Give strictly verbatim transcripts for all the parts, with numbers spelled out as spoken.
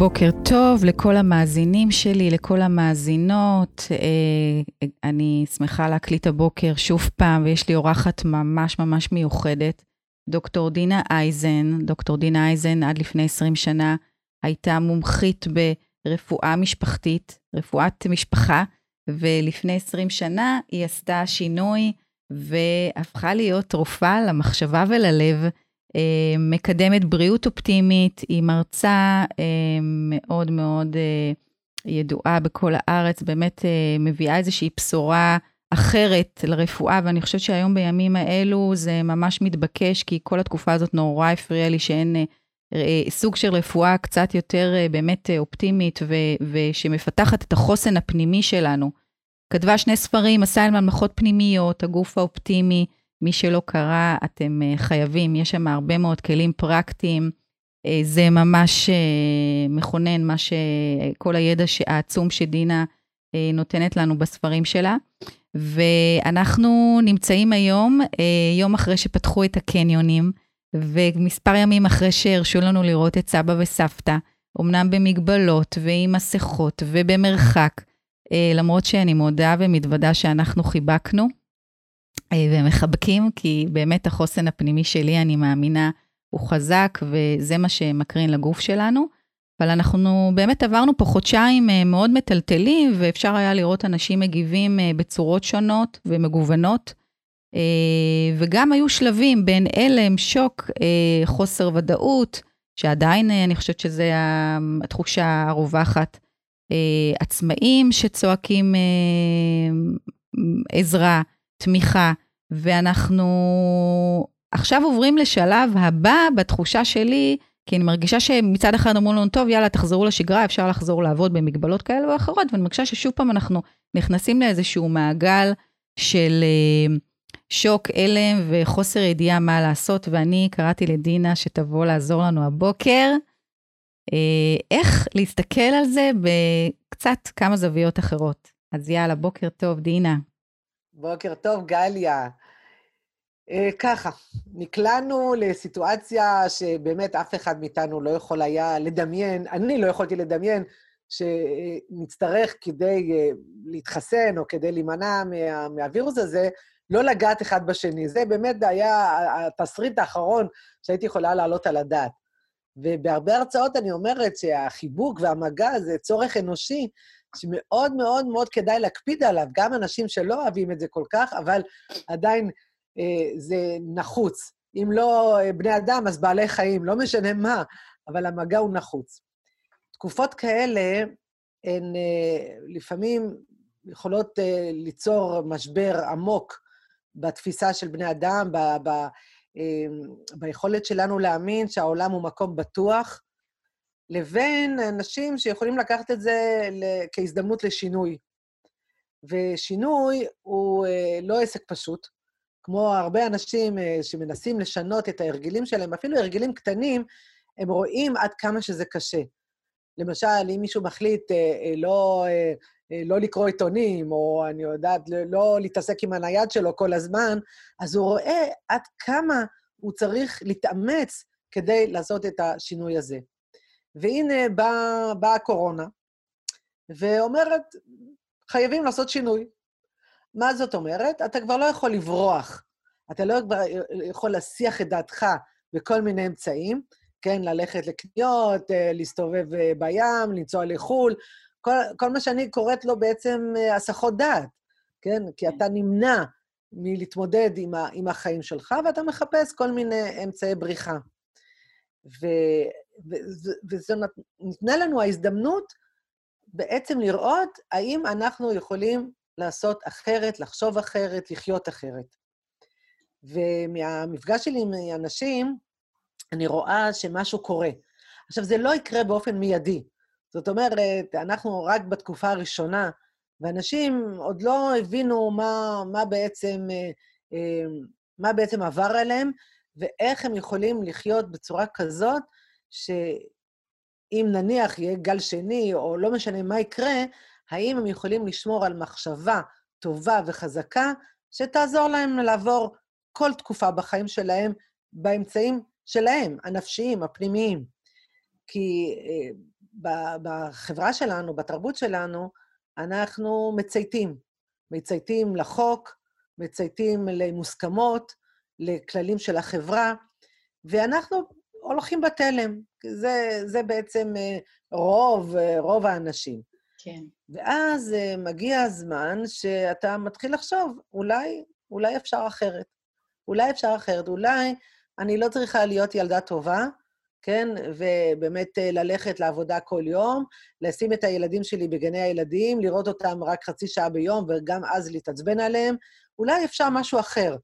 בוקר טוב לכל המאזינים שלי, לכל המאזינות. אני שמחה להקליט הבוקר שוב פעם, ויש לי אורחת ממש ממש מיוחדת, דוקטור דינה אייזן. דוקטור דינה אייזן עד לפני עשרים שנה הייתה מומחית ברפואה משפחתית, רפואת משפחה, ולפני עשרים שנה היא עשתה שינוי והפכה להיות רופאה למחשבה וללב, מקדמת בריאות אופטימית, היא מרצה מאוד מאוד ידועה בכל הארץ, באמת מביאה איזושהי בשורה אחרת לרפואה, ואני חושבת שהיום בימים האלו זה ממש מתבקש, כי כל התקופה הזאת נורא הפריעה לי שאין סוג של רפואה קצת יותר באמת אופטימית, ושמפתחת את החוסן הפנימי שלנו. כתבה שני ספרים, מסע אל ממלכות פנימיות, הגוף האופטימי, מי שלא קרא, אתם חייבים, יש שם הרבה מאוד כלים פרקטיים, זה ממש מכונן, מה שכל הידע העצום שדינה נותנת לנו בספרים שלה, ואנחנו נמצאים היום, יום אחרי שפתחו את הקניונים, ומספר ימים אחרי שהרשו לנו לראות את סבא וסבתא, אמנם במגבלות ועם מסכות ובמרחק, למרות שאני מודה ומתוודה שאנחנו חיבקנו, ומחבקים, כי באמת החוסן הפנימי שלי, אני מאמינה, הוא חזק, וזה מה שמקרין לגוף שלנו, אבל אנחנו באמת עברנו פה חודשיים מאוד מטלטלים, ואפשר היה לראות אנשים מגיבים בצורות שונות ומגוונות, וגם היו שלבים בין אלם, שוק, חוסר ודאות, שעדיין אני חושבת שזה התחושה הרווחת, עצמאים שצועקים עזרה, תמיכה, ואנחנו עכשיו עוברים לשלב הבא בתחושה שלי, כי אני מרגישה שמצד אחד אמרו לנו, טוב, יאללה, תחזרו לשגרה, אפשר לחזור לעבוד במגבלות כאלה ואחרות, ואני מרגישה ששוב פעם אנחנו נכנסים לאיזשהו מעגל של שוק, אלם וחוסר ידיעה מה לעשות, ואני קראתי לדינה שתבוא לעזור לנו הבוקר, איך להסתכל על זה בקצת כמה זוויות אחרות. אז יאללה, בוקר טוב, דינה. בוקר טוב, גליה. ככה, נקלענו לסיטואציה שבאמת אף אחד מאיתנו לא יכול היה לדמיין, אני לא יכולתי לדמיין, שנצטרך כדי להתחסן או כדי להימנע מה, מהווירוס הזה, לא לגעת אחד בשני. זה באמת היה התסריט האחרון שהייתי יכולה לעלות על הדעת. ובהרבה הרצאות אני אומרת שהחיבוק והמגע זה צורך אנושי, שמאוד מאוד מאוד כדאי להקפיד עליו, גם אנשים שלא אוהבים את זה כל כך, אבל עדיין אה, זה נחוץ. אם לא בני אדם, אז בעלי חיים, לא משנה מה, אבל המגע הוא נחוץ. תקופות כאלה, הן אה, לפעמים יכולות אה, ליצור משבר עמוק בתפיסה של בני אדם, ב, ב, אה, ביכולת שלנו להאמין שהעולם הוא מקום בטוח, לבין אנשים שיכולים לקחת את זה כהזדמנות לשינוי. ושינוי הוא לא עסק פשוט, כמו הרבה אנשים שמנסים לשנות את ההרגלים שלהם, אפילו הרגלים קטנים, הם רואים עד כמה שזה קשה. למשל, אם מישהו מחליט לא, לא לקרוא עיתונים, או אני יודעת, לא להתעסק עם הנייד שלו כל הזמן, אז הוא רואה עד כמה הוא צריך להתאמץ כדי לעשות את השינוי הזה. והנה באה בא הקורונה, ואומרת, חייבים לעשות שינוי. מה זאת אומרת? אתה כבר לא יכול לברוח, אתה לא יכול להסיח את דעתך בכל מיני אמצעים, כן, ללכת לקניות, להסתובב בים, לנסוע לחול, כל, כל מה שאני קוראת לו בעצם הסחות דעת, כן? כי אתה נמנע מלהתמודד עם, ה, עם החיים שלך, ואתה מחפש כל מיני אמצעי בריחה. ו... וזו ניתנה לנו ההזדמנות בעצם לראות האם אנחנו יכולים לעשות אחרת, לחשוב אחרת, לחיות אחרת. ומהמפגש שלי עם אנשים, אני רואה שמשהו קורה. עכשיו, זה לא יקרה באופן מיידי. זאת אומרת, אנחנו רק בתקופה הראשונה, ואנשים עוד לא הבינו מה, מה בעצם, מה בעצם עבר עליהם, ואיך הם יכולים לחיות בצורה כזאת, שאם נניח יהיה גל שני, או לא משנה מה יקרה, האם הם יכולים לשמור על מחשבה טובה וחזקה, שתעזור להם לעבור כל תקופה בחיים שלהם, באמצעים שלהם, הנפשיים, הפנימיים. כי בחברה שלנו, בתרבות שלנו, אנחנו מצייתים. מצייתים לחוק, מצייתים למוסכמות, לכללים של החברה, ואנחנו הולכים בתלם. זה, זה בעצם רוב, רוב האנשים. כן. ואז מגיע הזמן שאתה מתחיל לחשוב, אולי, אולי אפשר אחרת. אולי אפשר אחרת. אולי אני לא צריכה להיות ילדה טובה, כן? ובאמת ללכת לעבודה כל יום, לשים את הילדים שלי בגני הילדים, לראות אותם רק חצי שעה ביום, וגם אז להתעצבן עליהם. אולי אפשר משהו אחר.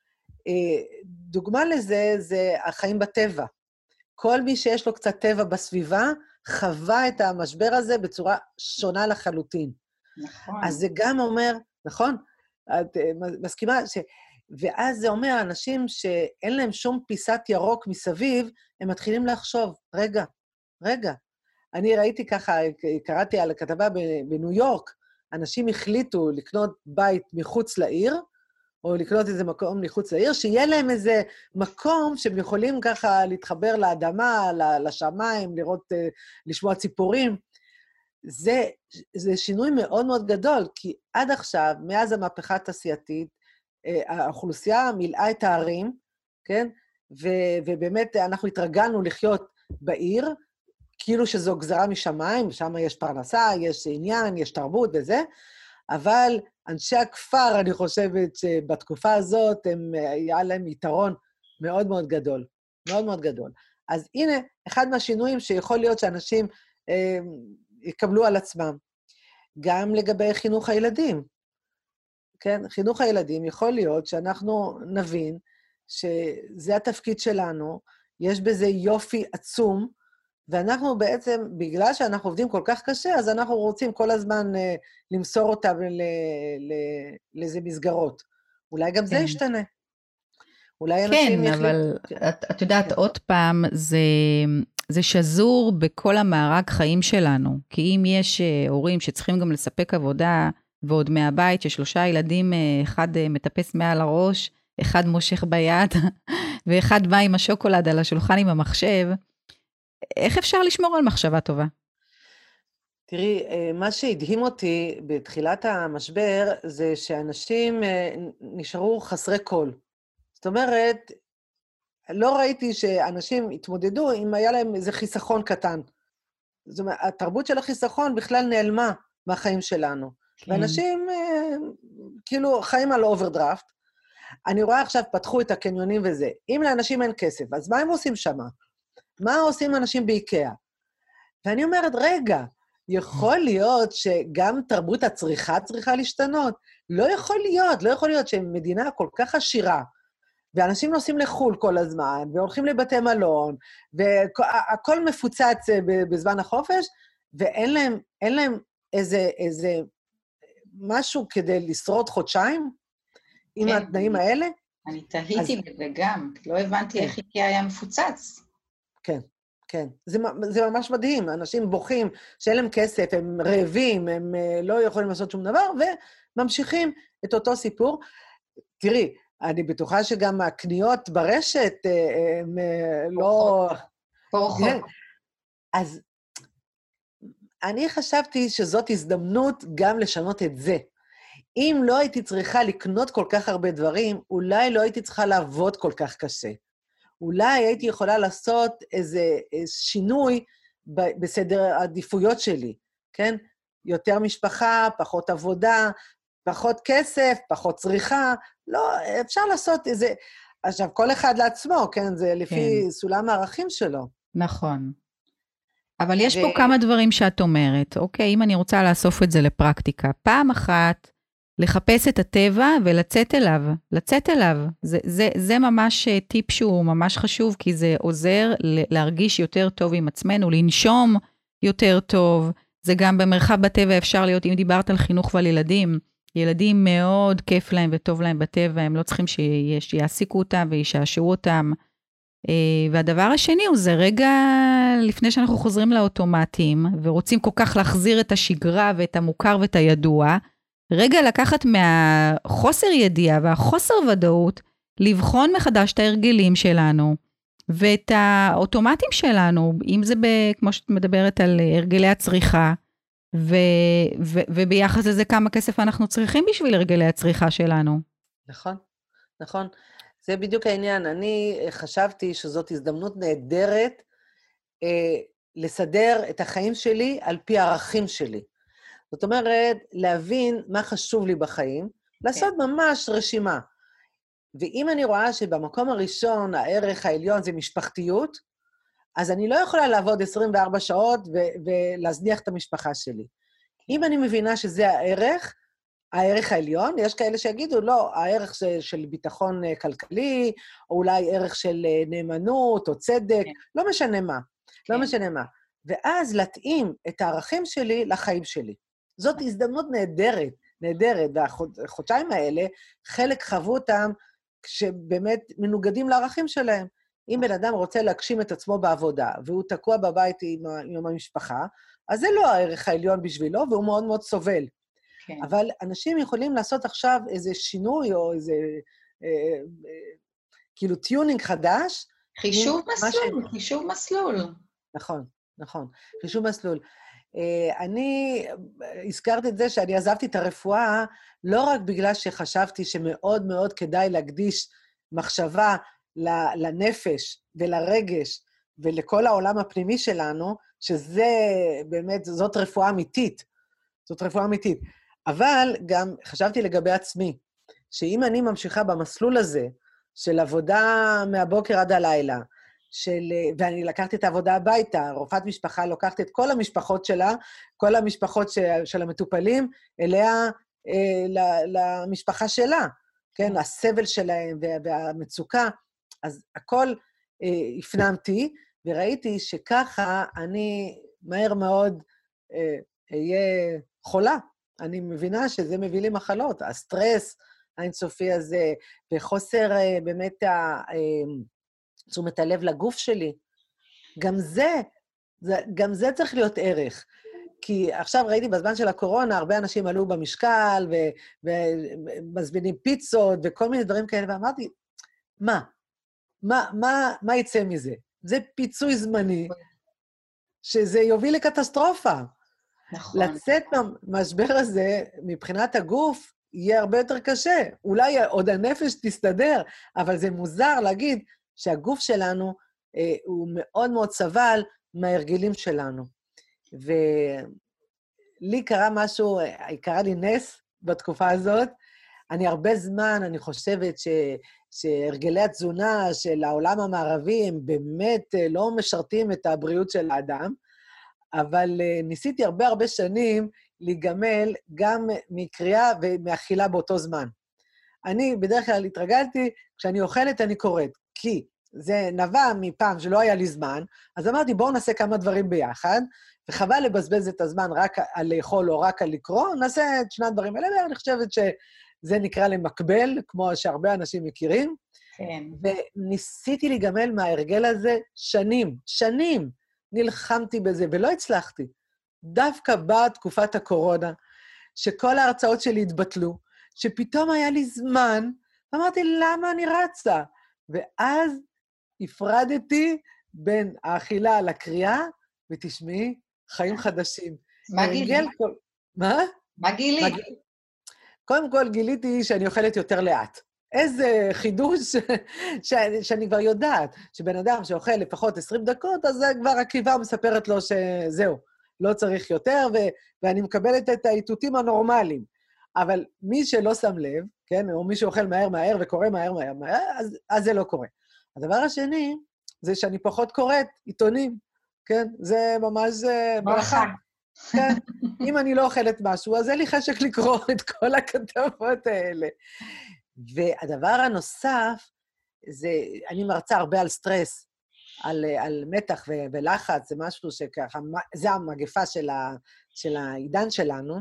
דוגמה לזה, זה החיים בטבע. כל מי שיש לו קצת טבע בסביבה, חווה את המשבר הזה בצורה שונה לחלוטין. נכון. אז זה גם אומר, נכון? את מסכימה ש... ואז זה אומר, אנשים שאין להם שום פיסת ירוק מסביב, הם מתחילים לחשוב, רגע, רגע. אני ראיתי ככה, קראתי על הכתבה בניו יורק, אנשים החליטו לקנות בית מחוץ לעיר, או לקנות איזה מקום מחוץ לעיר, שיהיה להם איזה מקום שהם יכולים ככה להתחבר לאדמה, לשמיים, לראות, לשמוע ציפורים. זה, זה שינוי מאוד מאוד גדול, כי עד עכשיו, מאז המהפכה התעשייתית, האוכלוסייה מילאה את הערים, כן? ו- ובאמת אנחנו התרגלנו לחיות בעיר, כאילו שזו גזרה משמיים, שם יש פרנסה, יש עניין, יש תרבות וזה, אבל אנשי הכפר, אני חושבת שבתקופה הזאת, הם, היה להם יתרון מאוד מאוד גדול, מאוד מאוד גדול. אז הנה, אחד מהשינויים שיכול להיות שאנשים אה, יקבלו על עצמם, גם לגבי חינוך הילדים. כן, חינוך הילדים יכול להיות שאנחנו נבין שזה התפקיד שלנו, יש בזה יופי עצום, ואנחנו בעצם, בגלל שאנחנו עובדים כל כך קשה, אז אנחנו רוצים כל הזמן אה, למסור אותם לאיזה מסגרות. אולי גם כן. זה ישתנה. אולי אנשים כן, יחליט... אבל כן. את, את יודעת, כן. עוד פעם, זה, זה שזור בכל המארג חיים שלנו, כי אם יש הורים שצריכים גם לספק עבודה, ועוד מהבית, ששלושה ילדים, אחד מטפס מעל הראש, אחד מושך ביד, ואחד בא עם השוקולד על השולחן עם המחשב, איך אפשר לשמור על מחשבה טובה? תראי, מה שהדהים אותי בתחילת המשבר, זה שאנשים נשארו חסרי קול. זאת אומרת, לא ראיתי שאנשים התמודדו אם היה להם איזה חיסכון קטן. זאת אומרת, התרבות של החיסכון בכלל נעלמה מהחיים שלנו. כן. ואנשים כאילו חיים על אוברדרפט. אני רואה עכשיו, פתחו את הקניונים וזה. אם לאנשים אין כסף, אז מה הם עושים שם? מה עושים אנשים באיקאה? ואני אומרת, רגע, יכול להיות שגם תרבות הצריכה צריכה להשתנות? לא יכול להיות, לא יכול להיות שמדינה כל כך עשירה, ואנשים נוסעים לחול כל הזמן, והולכים לבתי מלון, והכל מפוצץ בזמן החופש, ואין להם, אין להם איזה, איזה משהו כדי לשרוד חודשיים, עם כן, התנאים אני, האלה. אני תהיתי אז... בזה גם, לא הבנתי כן. איך איקאה היה מפוצץ. כן, כן. זה, זה ממש מדהים, אנשים בוכים שאין להם כסף, הם רעבים, הם לא יכולים לעשות שום דבר, וממשיכים את אותו סיפור. תראי, אני בטוחה שגם הקניות ברשת, הם לא... פורחות. כן. אז אני חשבתי שזאת הזדמנות גם לשנות את זה. אם לא הייתי צריכה לקנות כל כך הרבה דברים, אולי לא הייתי צריכה לעבוד כל כך קשה. אולי הייתי יכולה לעשות איזה, איזה שינוי ב, בסדר העדיפויות שלי, כן? יותר משפחה, פחות עבודה, פחות כסף, פחות צריכה. לא, אפשר לעשות איזה... עכשיו, כל אחד לעצמו, כן? זה לפי כן. סולם הערכים שלו. נכון. אבל יש ו... פה כמה דברים שאת אומרת, אוקיי? אם אני רוצה לאסוף את זה לפרקטיקה. פעם אחת, לחפש את הטבע ולצאת אליו, לצאת אליו. זה, זה, זה ממש טיפ שהוא ממש חשוב, כי זה עוזר להרגיש יותר טוב עם עצמנו, לנשום יותר טוב. זה גם במרחב בטבע אפשר להיות, אם דיברת על חינוך ועל ילדים, ילדים מאוד כיף להם וטוב להם בטבע, הם לא צריכים שיעסיקו אותם וישעשעו אותם. והדבר השני הוא זה רגע לפני שאנחנו חוזרים לאוטומטים, ורוצים כל כך להחזיר את השגרה ואת המוכר ואת הידוע, רגע לקחת מהחוסר ידיעה והחוסר ודאות, לבחון מחדש את ההרגלים שלנו, ואת האוטומטים שלנו, אם זה ב, כמו שאת מדברת על הרגלי הצריכה, ו, ו, וביחס לזה כמה כסף אנחנו צריכים בשביל הרגלי הצריכה שלנו. נכון, נכון. זה בדיוק העניין. אני חשבתי שזאת הזדמנות נהדרת אה, לסדר את החיים שלי על פי הערכים שלי. זאת אומרת, להבין מה חשוב לי בחיים, לעשות ממש רשימה. ואם אני רואה שבמקום הראשון הערך העליון זה משפחתיות, אז אני לא יכולה לעבוד עשרים וארבע שעות ו- ולהזניח את המשפחה שלי. אם אני מבינה שזה הערך, הערך העליון, יש כאלה שיגידו, לא, הערך של, של ביטחון כלכלי, או אולי ערך של נאמנות או צדק, כן. לא משנה מה, כן. לא משנה מה. ואז להתאים את הערכים שלי לחיים שלי. זאת הזדמנות נהדרת, נהדרת, והחודשיים האלה, חלק חוו אותם כשבאמת מנוגדים לערכים שלהם. אם בן אדם רוצה להגשים את עצמו בעבודה, והוא תקוע בבית עם, עם המשפחה, אז זה לא הערך העליון בשבילו, והוא מאוד מאוד סובל. כן. אבל אנשים יכולים לעשות עכשיו איזה שינוי, או איזה, אה, אה, כאילו טיונינג חדש. חישוב מסלול, חישוב מסלול. נכון, נכון, חישוב מסלול. אה, אני הזכרתי את זה שאני עזבתי את הרפואה, לא רק בגלל שחשבתי שמאוד מאוד כדאי להקדיש מחשבה לנפש ולרגש ולכל העולם הפנימי שלנו, שזה באמת, זאת רפואה אמיתית. זאת רפואה אמיתית. אבל גם חשבתי לגבי עצמי, שאם אני ממשיכה במסלול הזה, של עבודה מהבוקר עד הלילה, של, ואני לקחתי את העבודה הביתה, רופאת משפחה לוקחת את כל המשפחות שלה, כל המשפחות ש, של המטופלים, אליה, אה, למשפחה שלה, כן, הסבל שלהם וה, והמצוקה, אז הכל אה, הפנמתי, וראיתי שככה אני מהר מאוד אה, אהיה חולה. אני מבינה שזה מביא לי מחלות, הסטרס האינסופי הזה, וחוסר אה, באמת ה... אה, תשומת הלב לגוף שלי, גם זה, זה, גם זה צריך להיות ערך. כי עכשיו ראיתי בזמן של הקורונה, הרבה אנשים עלו במשקל, ומזמינים פיצות, וכל מיני דברים כאלה, ואמרתי, מה? מה, מה, מה יצא מזה? זה פיצוי זמני, שזה יוביל לקטסטרופה. נכון. לצאת מהמשבר הזה, מבחינת הגוף, יהיה הרבה יותר קשה. אולי עוד הנפש תסתדר, אבל זה מוזר להגיד, שהגוף שלנו אה, הוא מאוד מאוד סבל מההרגלים שלנו. ולי קרה משהו, קרה לי נס בתקופה הזאת, אני הרבה זמן, אני חושבת ש, שהרגלי התזונה של העולם המערבי הם באמת לא משרתים את הבריאות של האדם, אבל אה, ניסיתי הרבה הרבה שנים להיגמל גם מקריאה ומאכילה באותו זמן. אני בדרך כלל התרגלתי, כשאני אוכלת אני קוראת, כי זה נבע מפעם שלא היה לי זמן, אז אמרתי, בואו נעשה כמה דברים ביחד, וחבל לבזבז את הזמן רק על לאכול או רק על לקרוא, נעשה את שני הדברים האלה, ואני חושבת שזה נקרא למקבל, כמו שהרבה אנשים מכירים, כן. וניסיתי להיגמל מההרגל הזה שנים, שנים נלחמתי בזה, ולא הצלחתי. דווקא באה תקופת הקורונה, שכל ההרצאות שלי התבטלו, שפתאום היה לי זמן, אמרתי, למה אני רצה? ואז הפרדתי בין האכילה לקריאה, ותשמעי, חיים חדשים. מה גילי? כל... מה? מה גילי? מה... קודם כל גיליתי שאני אוכלת יותר לאט. איזה חידוש ש... ש... שאני כבר יודעת, שבן אדם שאוכל לפחות עשרים דקות, אז כבר הקיבה מספרת לו שזהו, לא צריך יותר, ו... ואני מקבלת את האיתותים הנורמליים. אבל מי שלא שם לב, כן, או מי שאוכל מהר מהר וקורא מהר מהר מהר, אז, אז זה לא קורה. הדבר השני, זה שאני פחות קוראת עיתונים, כן? זה ממש ברכה. כן, אם אני לא אוכלת משהו, אז אין לי חשק לקרוא את כל הכתבות האלה. והדבר הנוסף, זה, אני מרצה הרבה על סטרס, על, על מתח ו- ולחץ, זה משהו שככה, זה המגפה של, ה, של העידן שלנו,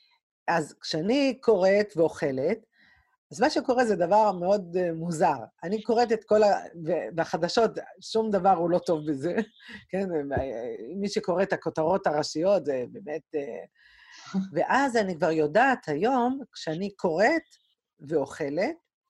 אז כשאני קוראת ואוכלת, אז מה שקורה זה דבר מאוד uh, מוזר. אני קוראת את כל ה... והחדשות, שום דבר הוא לא טוב בזה, כן? מי שקורא את הכותרות הראשיות, זה באמת... Uh, ואז אני כבר יודעת היום, כשאני קוראת ואוכלת,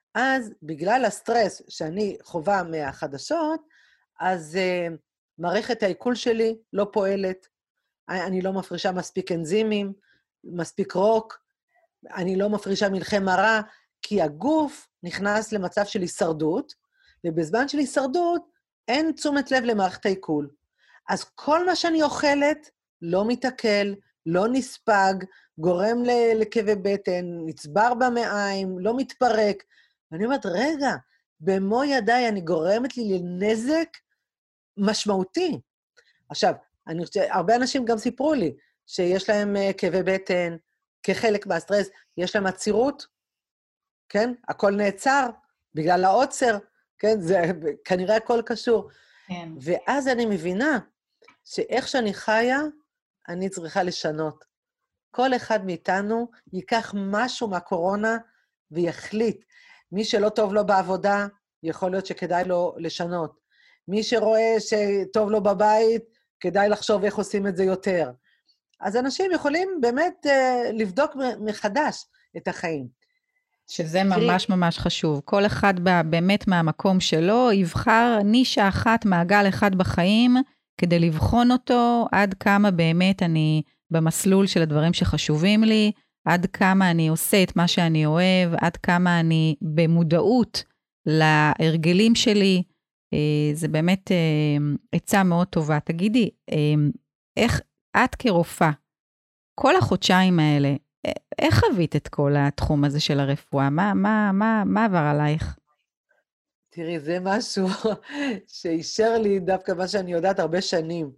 אז בגלל הסטרס שאני חובה מהחדשות, אז uh, מערכת העיכול שלי לא פועלת, אני לא מפרישה מספיק אנזימים, מספיק רוק, אני לא מפרישה מלחי מרה, כי הגוף נכנס למצב של הישרדות, ובזמן של הישרדות אין תשומת לב למערכת העיכול. אז כל מה שאני אוכלת לא מתעכל, לא נספג, גורם לכאבי בטן, נצבר במעיים, לא מתפרק. ואני אומרת, רגע, במו ידיי אני גורמת לי לנזק משמעותי. עכשיו, אני חושבת, הרבה אנשים גם סיפרו לי שיש להם כאבי בטן, כחלק מהסטרס, יש להם עצירות, כן? הכל נעצר בגלל העוצר, כן? זה כנראה הכל קשור. כן. ואז אני מבינה שאיך שאני חיה, אני צריכה לשנות. כל אחד מאיתנו ייקח משהו מהקורונה ויחליט. מי שלא טוב לו בעבודה, יכול להיות שכדאי לו לשנות. מי שרואה שטוב לו בבית, כדאי לחשוב איך עושים את זה יותר. אז אנשים יכולים באמת uh, לבדוק מחדש את החיים. שזה ממש ממש חשוב. כל אחד באמת מהמקום שלו יבחר נישה אחת, מעגל אחד בחיים, כדי לבחון אותו עד כמה באמת אני במסלול של הדברים שחשובים לי, עד כמה אני עושה את מה שאני אוהב, עד כמה אני במודעות להרגלים שלי. זה באמת עצה מאוד טובה. תגידי, איך את כרופאה, כל החודשיים האלה, איך חווית את כל התחום הזה של הרפואה? מה, מה, מה, מה עבר עלייך? תראי, זה משהו שישר לי דווקא מה שאני יודעת הרבה שנים.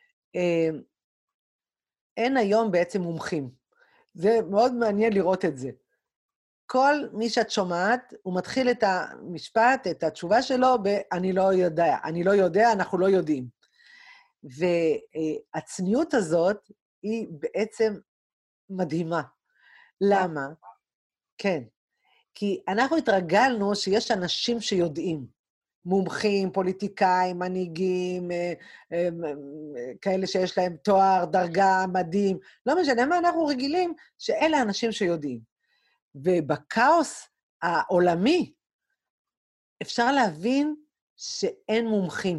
אין היום בעצם מומחים. זה מאוד מעניין לראות את זה. כל מי שאת שומעת, הוא מתחיל את המשפט, את התשובה שלו, ב-אני לא יודע. אני לא יודע, אנחנו לא יודעים. והצניעות הזאת היא בעצם מדהימה. למה? כן. כי אנחנו התרגלנו שיש אנשים שיודעים, מומחים, פוליטיקאים, מנהיגים, כאלה שיש להם תואר, דרגה, מדהים, לא משנה מה, אנחנו רגילים שאלה אנשים שיודעים. ובקאוס העולמי אפשר להבין שאין מומחים,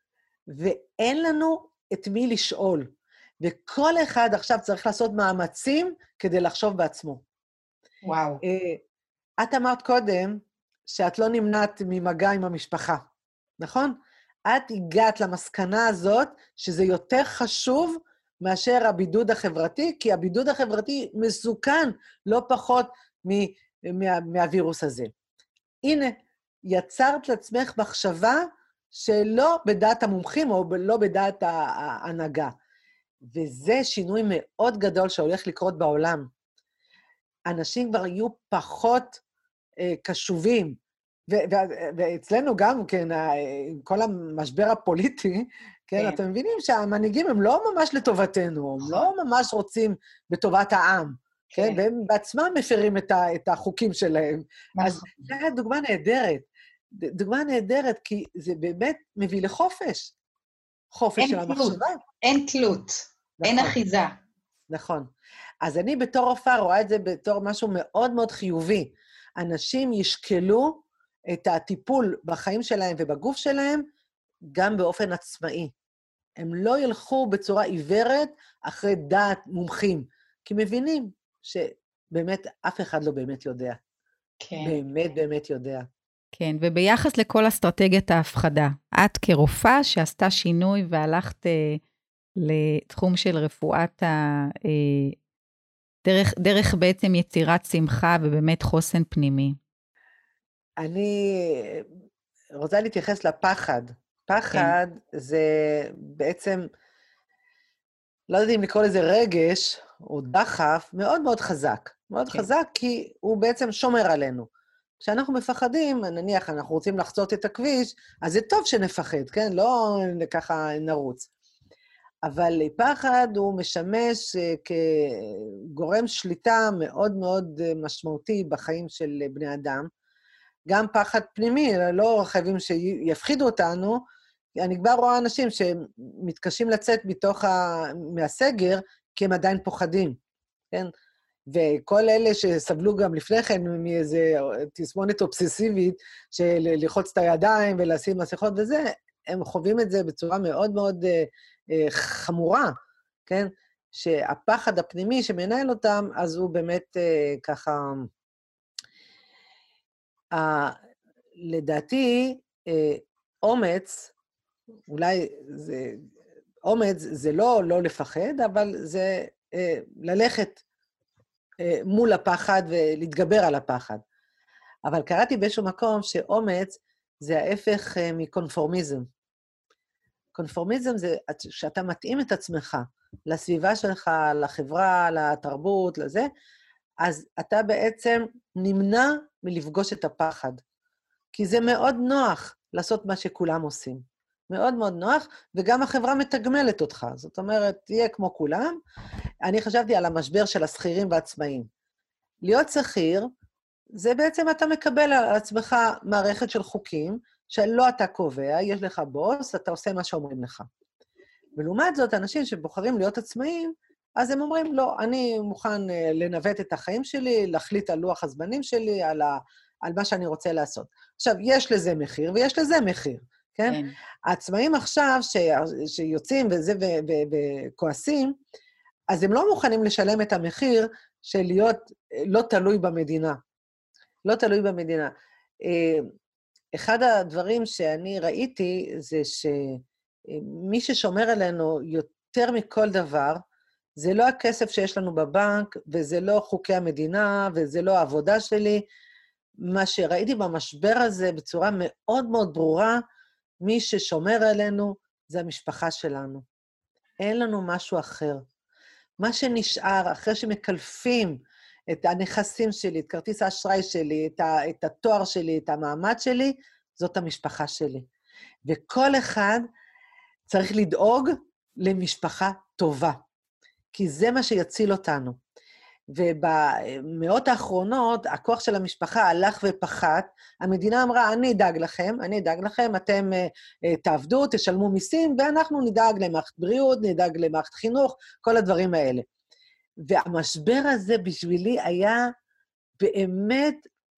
ואין לנו את מי לשאול, וכל אחד עכשיו צריך לעשות מאמצים כדי לחשוב בעצמו. וואו. את אמרת קודם שאת לא נמנעת ממגע עם המשפחה, נכון? את הגעת למסקנה הזאת שזה יותר חשוב מאשר הבידוד החברתי, כי הבידוד החברתי מסוכן לא פחות מ- מה- מהווירוס הזה. הנה, יצרת לעצמך מחשבה שלא בדעת המומחים או לא בדעת ההנהגה. וזה שינוי מאוד גדול שהולך לקרות בעולם. אנשים כבר יהיו פחות אה, קשובים, ו- ו- ואצלנו גם, כן, עם כל המשבר הפוליטי, כן, כן, אתם מבינים שהמנהיגים הם לא ממש לטובתנו, הם לא ממש רוצים בטובת העם, כן, כן והם בעצמם מפרים את, ה- את החוקים שלהם. נכון. אז זו דוגמה נהדרת, דוגמה נהדרת, כי זה באמת מביא לחופש, חופש של תלות, המחשבה. אין תלות, נכון. אין אחיזה. נכון. אז אני בתור רופאה רואה את זה בתור משהו מאוד מאוד חיובי. אנשים ישקלו את הטיפול בחיים שלהם ובגוף שלהם גם באופן עצמאי. הם לא ילכו בצורה עיוורת אחרי דעת מומחים, כי מבינים שבאמת אף אחד לא באמת יודע. כן. באמת באמת יודע. כן, וביחס לכל אסטרטגיית ההפחדה, את כרופאה שעשתה שינוי והלכת אה, לתחום של רפואת ה... אה, דרך, דרך בעצם יצירת שמחה ובאמת חוסן פנימי. אני רוצה להתייחס לפחד. פחד כן. זה בעצם, לא יודעים לקרוא לזה רגש או דחף, מאוד מאוד חזק. מאוד כן. חזק כי הוא בעצם שומר עלינו. כשאנחנו מפחדים, נניח אנחנו רוצים לחצות את הכביש, אז זה טוב שנפחד, כן? לא ככה נרוץ. אבל פחד הוא משמש כגורם שליטה מאוד מאוד משמעותי בחיים של בני אדם. גם פחד פנימי, לא חייבים שיפחידו אותנו. אני כבר רואה אנשים שמתקשים לצאת מתוך ה... מהסגר, כי הם עדיין פוחדים. כן? וכל אלה שסבלו גם לפני כן מאיזה תסמונת אובססיבית, של ללחוץ את הידיים ולשים מסכות וזה, הם חווים את זה בצורה מאוד מאוד uh, חמורה, כן? שהפחד הפנימי שמנהל אותם, אז הוא באמת uh, ככה... Uh, לדעתי, uh, אומץ, אולי זה... אומץ זה לא לא לפחד, אבל זה uh, ללכת uh, מול הפחד ולהתגבר על הפחד. אבל קראתי באיזשהו מקום שאומץ זה ההפך uh, מקונפורמיזם. קונפורמיזם זה שאתה מתאים את עצמך לסביבה שלך, לחברה, לתרבות, לזה, אז אתה בעצם נמנע מלפגוש את הפחד. כי זה מאוד נוח לעשות מה שכולם עושים. מאוד מאוד נוח, וגם החברה מתגמלת אותך. זאת אומרת, תהיה כמו כולם. אני חשבתי על המשבר של השכירים והעצמאים. להיות שכיר, זה בעצם אתה מקבל על עצמך מערכת של חוקים, שלא אתה קובע, יש לך בוס, אתה עושה מה שאומרים לך. ולעומת זאת, אנשים שבוחרים להיות עצמאים, אז הם אומרים, לא, אני מוכן לנווט את החיים שלי, להחליט על לוח הזמנים שלי, על, ה, על מה שאני רוצה לעשות. עכשיו, יש לזה מחיר, ויש לזה מחיר, כן? כן. העצמאים עכשיו, ש, שיוצאים וזה ו, ו, וכועסים, אז הם לא מוכנים לשלם את המחיר של להיות לא תלוי במדינה. לא תלוי במדינה. אחד הדברים שאני ראיתי זה שמי ששומר עלינו יותר מכל דבר, זה לא הכסף שיש לנו בבנק, וזה לא חוקי המדינה, וזה לא העבודה שלי. מה שראיתי במשבר הזה בצורה מאוד מאוד ברורה, מי ששומר עלינו זה המשפחה שלנו. אין לנו משהו אחר. מה שנשאר אחרי שמקלפים את הנכסים שלי, את כרטיס האשראי שלי, את, ה, את התואר שלי, את המעמד שלי, זאת המשפחה שלי. וכל אחד צריך לדאוג למשפחה טובה, כי זה מה שיציל אותנו. ובמאות האחרונות, הכוח של המשפחה הלך ופחת, המדינה אמרה, אני אדאג לכם, אני אדאג לכם, אתם uh, תעבדו, תשלמו מיסים, ואנחנו נדאג למערכת בריאות, נדאג למערכת חינוך, כל הדברים האלה. והמשבר הזה בשבילי היה באמת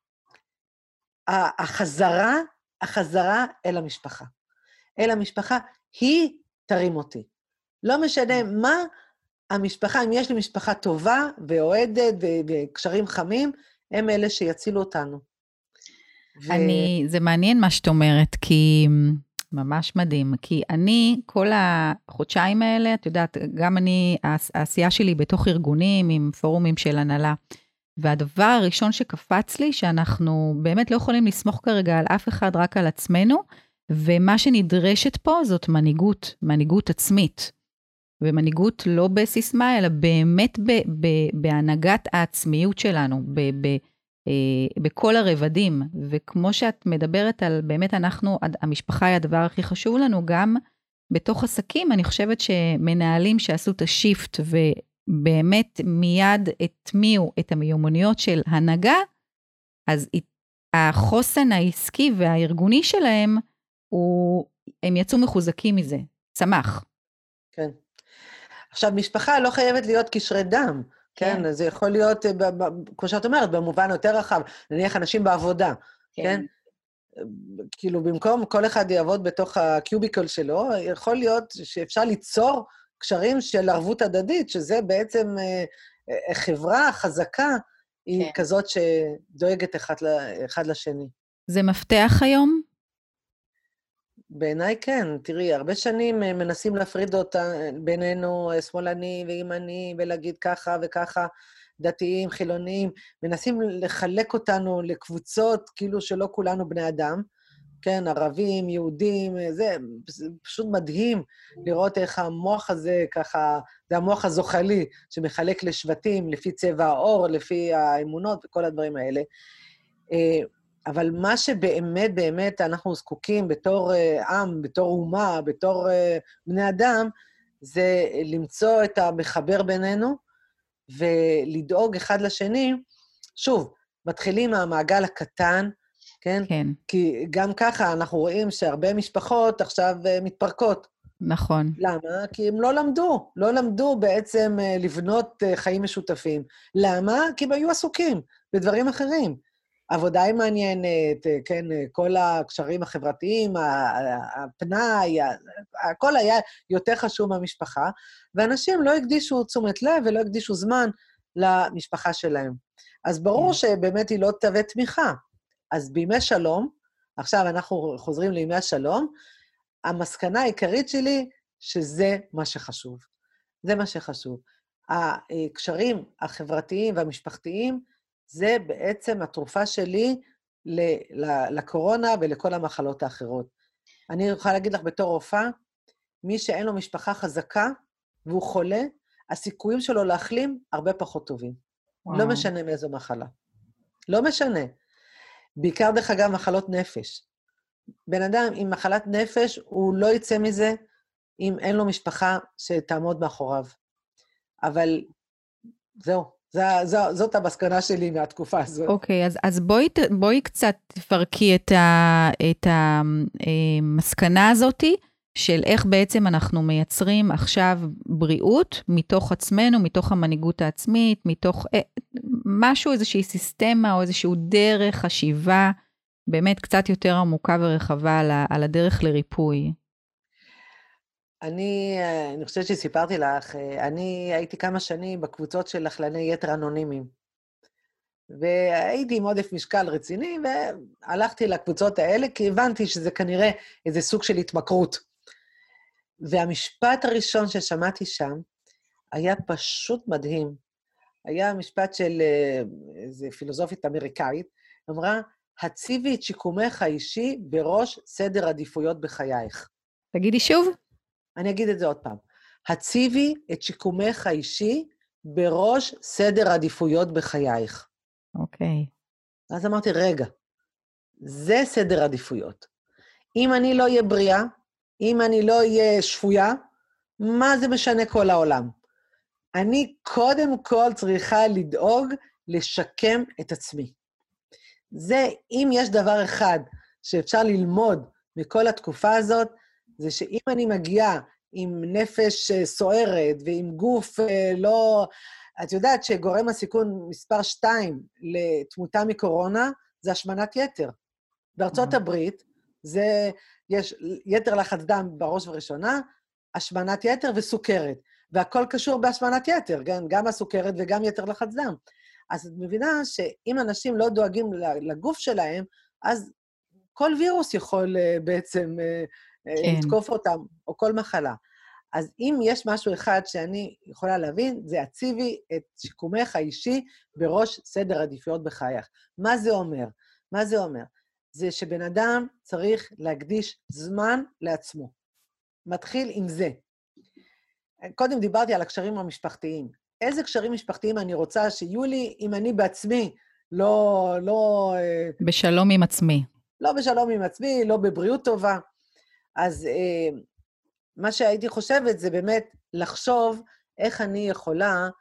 החזרה, החזרה אל המשפחה. אל המשפחה, היא תרים אותי. לא משנה מה המשפחה, אם יש לי משפחה טובה ואוהדת וקשרים חמים, הם אלה שיצילו אותנו. אני, זה מעניין מה שאת אומרת, כי ממש מדהים, כי אני, כל החודשיים האלה, את יודעת, גם אני, העשייה שלי בתוך ארגונים, עם פורומים של הנהלה, והדבר הראשון שקפץ לי, שאנחנו באמת לא יכולים לסמוך כרגע על אף אחד, רק על עצמנו, ומה שנדרשת פה זאת מנהיגות, מנהיגות עצמית, ומנהיגות לא בסיסמה, אלא באמת ב, ב, בהנהגת העצמיות שלנו, ב, ב, אה, בכל הרבדים, וכמו שאת מדברת על, באמת אנחנו, המשפחה היא הדבר הכי חשוב לנו, גם בתוך עסקים, אני חושבת שמנהלים שעשו את השיפט, ובאמת מיד התמיעו את המיומנויות של הנהגה, אז החוסן העסקי והארגוני שלהם, הוא, הם יצאו מחוזקים מזה, צמח. כן. עכשיו, משפחה לא חייבת להיות קשרי דם, כן? כן? זה יכול להיות, כמו שאת אומרת, במובן יותר רחב, נניח אנשים בעבודה, כן? כן? כאילו, במקום כל אחד יעבוד בתוך הקיוביקל שלו, יכול להיות שאפשר ליצור קשרים של ערבות הדדית, שזה בעצם חברה חזקה, היא כן. כזאת שדואגת אחד, אחד לשני. זה מפתח היום? בעיניי כן, תראי, הרבה שנים מנסים להפריד אותה בינינו, שמאלני וימני, ולהגיד ככה וככה, דתיים, חילוניים, מנסים לחלק אותנו לקבוצות, כאילו שלא כולנו בני אדם, כן, ערבים, יהודים, זה, זה פשוט מדהים לראות איך המוח הזה ככה, זה המוח הזוחלי, שמחלק לשבטים, לפי צבע האור, לפי האמונות וכל הדברים האלה. אבל מה שבאמת, באמת אנחנו זקוקים בתור עם, בתור אומה, בתור בני אדם, זה למצוא את המחבר בינינו, ולדאוג אחד לשני. שוב, מתחילים מהמעגל הקטן, כן? כן. כי גם ככה אנחנו רואים שהרבה משפחות עכשיו מתפרקות, נכון. למה? כי הם לא למדו, לא למדו בעצם לבנות חיים משותפים. למה? כי הם היו עסוקים בדברים אחרים. עבודה היא מעניינת, כן, כל הקשרים החברתיים, הפנאי, הכל היה יותר חשוב מהמשפחה, ואנשים לא הקדישו תשומת לב ולא הקדישו זמן למשפחה שלהם. אז ברור שבאמת היא לא תווה תמיכה. אז בימי שלום, עכשיו אנחנו חוזרים לימי השלום, המסקנה העיקרית שלי, שזה מה שחשוב. זה מה שחשוב. הקשרים החברתיים והמשפחתיים, זה בעצם התרופה שלי לקורונה ולכל המחלות האחרות. אני יכולה להגיד לך בתור רופאה, מי שאין לו משפחה חזקה והוא חולה, הסיכויים שלו להחלים הרבה פחות טובים. וואו. לא משנה מאיזו מחלה. לא משנה. בעיקר דרך אגב מחלות נפש. בן אדם עם מחלת נפש, הוא לא יצא מזה אם אין לו משפחה שתעמוד מאחוריו. אבל זהו, זו, זו, זאת המסקנה שלי מהתקופה הזאת. אוקיי, okay, אז, אז בואי, בואי קצת תפרקי את, ה, את המסקנה הזאת, של איך בעצם אנחנו מייצרים עכשיו בריאות מתוך עצמנו, מתוך המנהיגות העצמית, מתוך משהו, איזושהי סיסטמה או איזשהו דרך חשיבה, באמת קצת יותר עמוקה ורחבה על, על הדרך לריפוי. אני, אני חושבת שסיפרתי לך, אני הייתי כמה שנים בקבוצות של אכלני יתר אנונימיים, והייתי עם עודף משקל רציני, והלכתי לקבוצות האלה, כי הבנתי שזה כנראה איזה סוג של התמכרות. והמשפט הראשון ששמעתי שם, היה פשוט מדהים. היה משפט של איזו פילוסופית אמריקאית, אמרה, הציבי את שיקומך האישי בראש סדר עדיפויות בחייך. תגידי שוב. אני אגיד את זה עוד פעם. הציבי את שיקומך האישי בראש סדר עדיפויות בחייך. אוקיי. אז אמרתי, רגע, זה סדר עדיפויות. אם אני לא אהיה בריאה, אם אני לא אהיה שפויה, מה זה משנה כל העולם? אני קודם כל צריכה לדאוג לשקם את עצמי. זה, אם יש דבר אחד שאפשר ללמוד מכל התקופה הזאת, זה שאם אני מגיעה עם נפש סוערת ועם גוף לא... את יודעת שגורם הסיכון מספר שתיים לתמותה מקורונה, זה השמנת יתר. בארצות הברית, זה, יש יתר לחץ דם בראש וראשונה, השמנת יתר וסוכרת. והכל קשור בהשמנת יתר, גם, גם הסוכרת וגם יתר לחץ דם. אז את מבינה שאם אנשים לא דואגים לגוף שלהם, אז כל וירוס יכול בעצם כן. לתקוף אותם, או כל מחלה. אז אם יש משהו אחד שאני יכולה להבין, זה הציבי את שיקומך האישי בראש סדר עדיפויות בחייך. מה זה אומר? מה זה אומר? זה שבן אדם צריך להקדיש זמן לעצמו. מתחיל עם זה. קודם דיברתי על הקשרים המשפחתיים. איזה קשרים משפחתיים אני רוצה שיהיו לי אם אני בעצמי לא... לא בשלום עם עצמי. לא בשלום עם עצמי, לא בבריאות טובה. אז מה שהייתי חושבת זה באמת לחשוב איך אני יכולה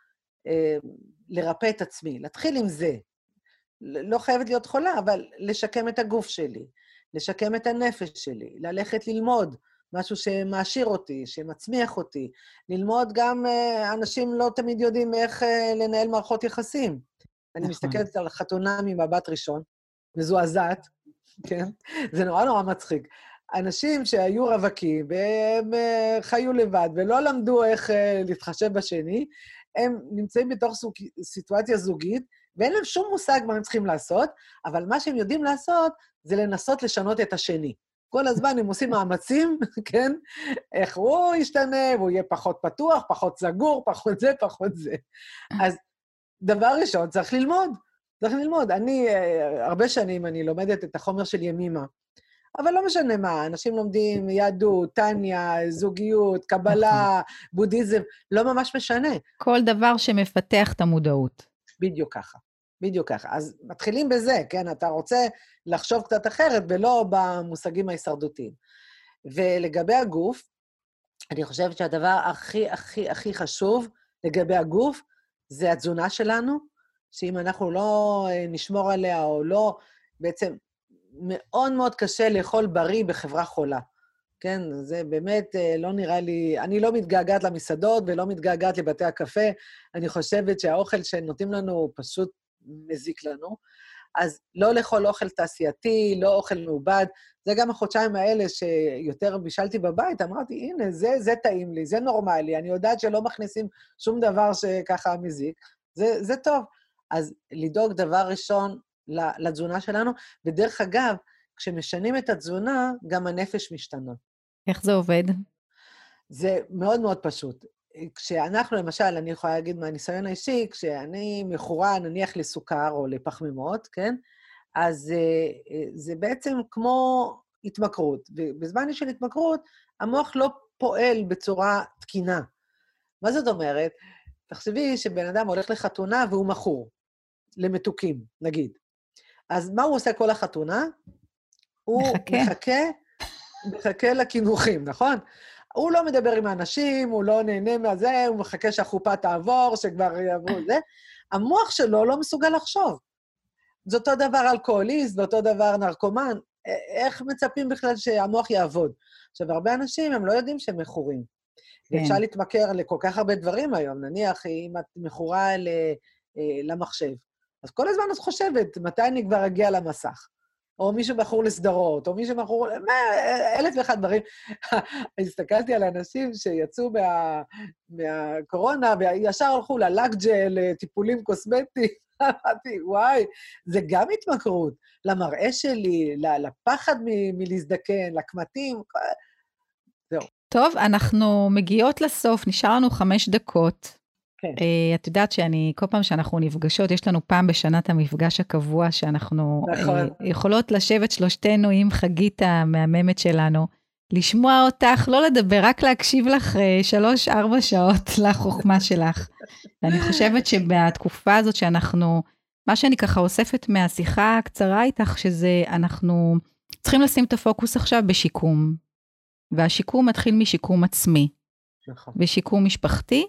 לרפא את עצמי. להתחיל עם זה. לא חייבת להיות חולה, אבל לשקם את הגוף שלי, לשקם את הנפש שלי, ללכת ללמוד משהו שמעשיר אותי, שמצמיח אותי, ללמוד גם, אנשים לא תמיד יודעים איך לנהל מערכות יחסים. אני מסתכלת על חתונה ממבט ראשון, מזועזעת, כן? זה נורא נורא מצחיק. אנשים שהיו רווקים, והם חיו לבד, ולא למדו איך להתחשב בשני, הם נמצאים בתוך סיטואציה זוגית, ואין להם שום מושג מה הם צריכים לעשות, אבל מה שהם יודעים לעשות, זה לנסות לשנות את השני. כל הזמן הם עושים מאמצים, כן? איך הוא ישתנה, והוא יהיה פחות פתוח, פחות סגור, פחות זה, פחות זה. אז דבר ראשון, צריך ללמוד. צריך ללמוד. אני, הרבה שנים אני לומדת את החומר של ימימה, אבל לא משנה מה, אנשים לומדים יהדות, טניה, זוגיות, קבלה, בודהיזם, לא ממש משנה. כל דבר שמפתח את המודעות. בדיוק ככה. בדיוק ככה. אז מתחילים בזה, כן? אתה רוצה לחשוב קצת אחרת, ולא במושגים ההישרדותיים. ולגבי הגוף, אני חושבת שהדבר הכי, הכי, הכי חשוב לגבי הגוף, זה התזונה שלנו, שאם אנחנו לא נשמור עליה, או לא, בעצם מאוד מאוד קשה לאכול בריא בחברה חולה. כן, זה באמת לא נראה לי, אני לא מתגעגעת למסעדות ולא מתגעגעת לבתי הקפה, אני חושבת שהאוכל שנותנים לנו הוא פשוט מזיק לנו, אז לא לאכול אוכל תעשייתי, לא אוכל מעובד, זה גם החודשיים האלה שיותר בישלתי בבית, אמרתי, הנה, זה, זה טעים לי, זה נורמלי, אני יודעת שלא מכניסים שום דבר שככה מזיק, זה, זה טוב. אז לדאוג דבר ראשון לתזונה שלנו, ודרך אגב, כשמשנים את התזונה, גם הנפש משתנה. איך זה עובד? זה מאוד מאוד פשוט. כשאנחנו, למשל, אני יכולה להגיד מהניסיון האישי, כשאני מכורה, נניח לסוכר או לפחמימות, כן? אז זה בעצם כמו התמכרות. ובזמן של התמכרות, המוח לא פועל בצורה תקינה. מה זאת אומרת? תחשבי שבן אדם הולך לחתונה והוא מכור, למתוקים, נגיד. אז מה הוא עושה כל החתונה? הוא מחכה. מחכה, מחכה לכינוחים, נכון? הוא לא מדבר עם האנשים, הוא לא נהנה מהזה, הוא מחכה שהחופה תעבור, שכבר יעברו זה. המוח שלו לא מסוגל לחשוב. זה אותו דבר אלכוהוליסט, ואותו דבר נרקומן. איך מצפים בכלל שהמוח יעבוד? עכשיו, הרבה אנשים הם לא יודעים שהם מכורים. כן. ואפשר להתמכר לכל כך הרבה דברים היום. נניח, אם את מכורה למחשב, אז כל הזמן את חושבת, מתי אני כבר אגיע למסך? או מישהו מכור לסדרות, או מישהו מכור... מה, אלף ואחד דברים. הסתכלתי על אנשים שיצאו מה, מהקורונה, וישר הלכו ללאקג'ל, לטיפולים קוסמטיים. אמרתי, וואי, זה גם התמכרות. למראה שלי, לפחד מ- מלהזדקן, לקמטים. זהו. טוב, אנחנו מגיעות לסוף, נשאר לנו חמש דקות. כן. Uh, את יודעת שאני, כל פעם שאנחנו נפגשות, יש לנו פעם בשנה את המפגש הקבוע, שאנחנו נכון. uh, יכולות לשבת שלושתנו עם חגית המהממת שלנו, לשמוע אותך, לא לדבר, רק להקשיב לך uh, שלוש, ארבע שעות לחוכמה שלך. ואני חושבת שבתקופה הזאת שאנחנו, מה שאני ככה אוספת מהשיחה הקצרה איתך, שזה אנחנו צריכים לשים את הפוקוס עכשיו בשיקום, והשיקום מתחיל משיקום עצמי, נכון. ושיקום משפחתי,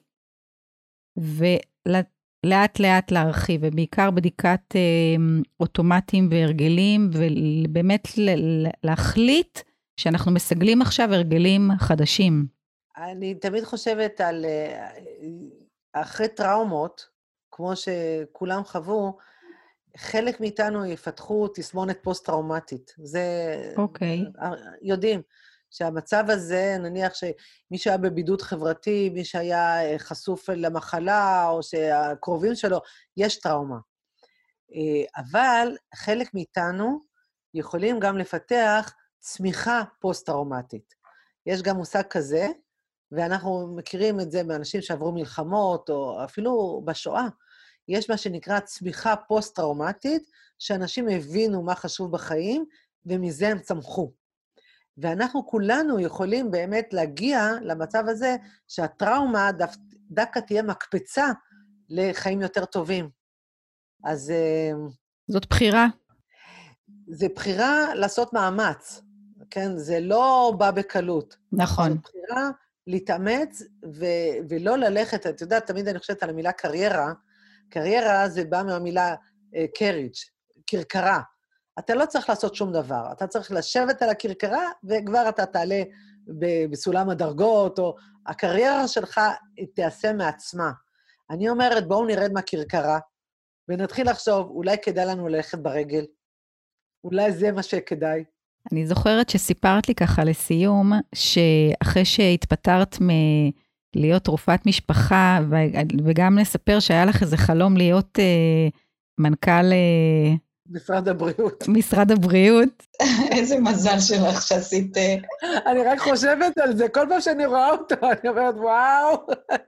ולאט לאט להרחיב, ובעיקר בדיקת אה, אוטומטים והרגלים, ובאמת להחליט שאנחנו מסגלים עכשיו הרגלים חדשים. אני תמיד חושבת על, אחרי טראומות, כמו שכולם חוו, חלק מאיתנו יפתחו תסמונת פוסט-טראומטית. זה... אוקיי. יודעים. שהמצב הזה, נניח שמי שהיה בבידוד חברתי, מי שהיה חשוף למחלה, או שהקרובים שלו, יש טראומה. אבל חלק מאיתנו יכולים גם לפתח צמיחה פוסט-טראומטית. יש גם מושג כזה, ואנחנו מכירים את זה מאנשים שעברו מלחמות, או אפילו בשואה. יש מה שנקרא צמיחה פוסט-טראומטית, שאנשים הבינו מה חשוב בחיים, ומזה הם צמחו. ואנחנו כולנו יכולים באמת להגיע למצב הזה, שהטראומה דו, דווקא תהיה מקפצה לחיים יותר טובים. אז... זאת בחירה. זה בחירה לעשות מאמץ, כן? זה לא בא בקלות. נכון. זאת בחירה להתאמץ ו- ולא ללכת, את יודעת, תמיד אני חושבת על המילה קריירה, קריירה זה בא מהמילה קריג', קרקרה. אתה לא צריך לעשות שום דבר, אתה צריך לשבת על הקרקרה, וכבר אתה תעלה בסולם הדרגות, או הקריירה שלך תעשה מעצמה. אני אומרת, בואו נרד מהקרקרה, ונתחיל לחשוב, אולי כדאי לנו ללכת ברגל, אולי זה מה שכדאי. אני זוכרת שסיפרת לי ככה לסיום, שאחרי שהתפטרת מלהיות רופאת משפחה, וגם לספר שהיה לך איזה חלום להיות אה, מנכ"ל... אה, משרד הבריאות. משרד הבריאות. איזה מזל שלך שעשית... אני רק חושבת על זה, כל פעם שאני רואה אותו, אני אומרת, וואו.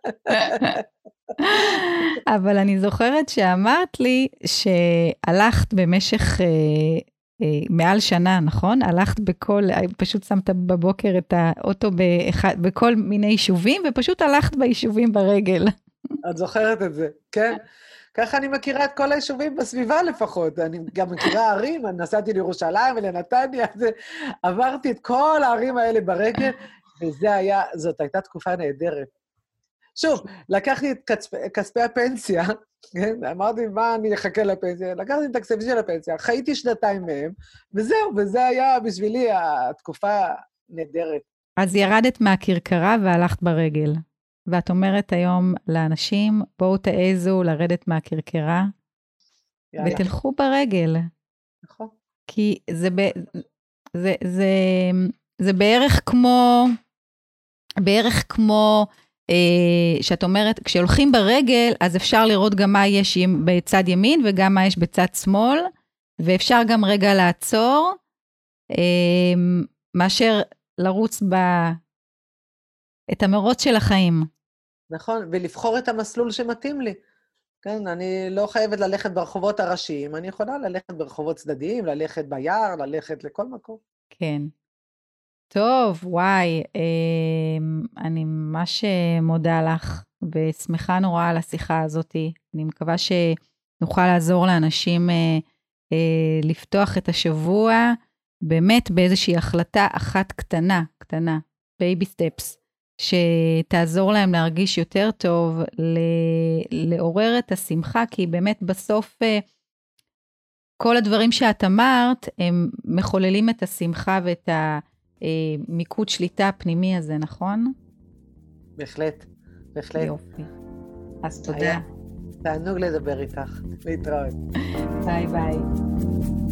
אבל אני זוכרת שאמרת לי שהלכת במשך אה, אה, מעל שנה, נכון? הלכת בכל, פשוט שמת בבוקר את האוטו באחד, בכל מיני יישובים, ופשוט הלכת ביישובים ברגל. את זוכרת את זה, כן? ככה אני מכירה את כל היישובים בסביבה לפחות, אני גם מכירה ערים, אני נסעתי לירושלים ולנתניה, עברתי את כל הערים האלה ברגל, וזה היה, זאת הייתה תקופה נהדרת. שוב, לקחתי את כספי, כספי הפנסיה, כן? אמרתי, מה אני אחכה לפנסיה? לקחתי את הכספים של הפנסיה, חייתי שנתיים מהם, וזהו, וזה היה בשבילי התקופה נהדרת. אז ירדת מהכרכרה והלכת ברגל. ואת אומרת היום לאנשים, בואו תעזו לרדת מהכרכרה, יאללה. ותלכו ברגל. נכון. כי זה, ב, זה, זה, זה בערך כמו, בערך כמו, אה, שאת אומרת, כשהולכים ברגל, אז אפשר לראות גם מה יש בצד ימין, וגם מה יש בצד שמאל, ואפשר גם רגע לעצור, אה, מאשר לרוץ ב... את המרוץ של החיים. נכון, ולבחור את המסלול שמתאים לי. כן, אני לא חייבת ללכת ברחובות הראשיים, אני יכולה ללכת ברחובות צדדיים, ללכת ביער, ללכת לכל מקום. כן. טוב, וואי, אה, אני ממש מודה לך, ושמחה נורא על השיחה הזאת. אני מקווה שנוכל לעזור לאנשים אה, אה, לפתוח את השבוע, באמת באיזושהי החלטה אחת קטנה, קטנה, בייבי סטפס, שתעזור להם להרגיש יותר טוב, לעורר את השמחה, כי באמת בסוף כל הדברים שאת אמרת, הם מחוללים את השמחה ואת המיקוד שליטה הפנימי הזה, נכון? בהחלט, בהחלט. יופי. אז תודה. תענוג לדבר איתך, להתראות. ביי ביי.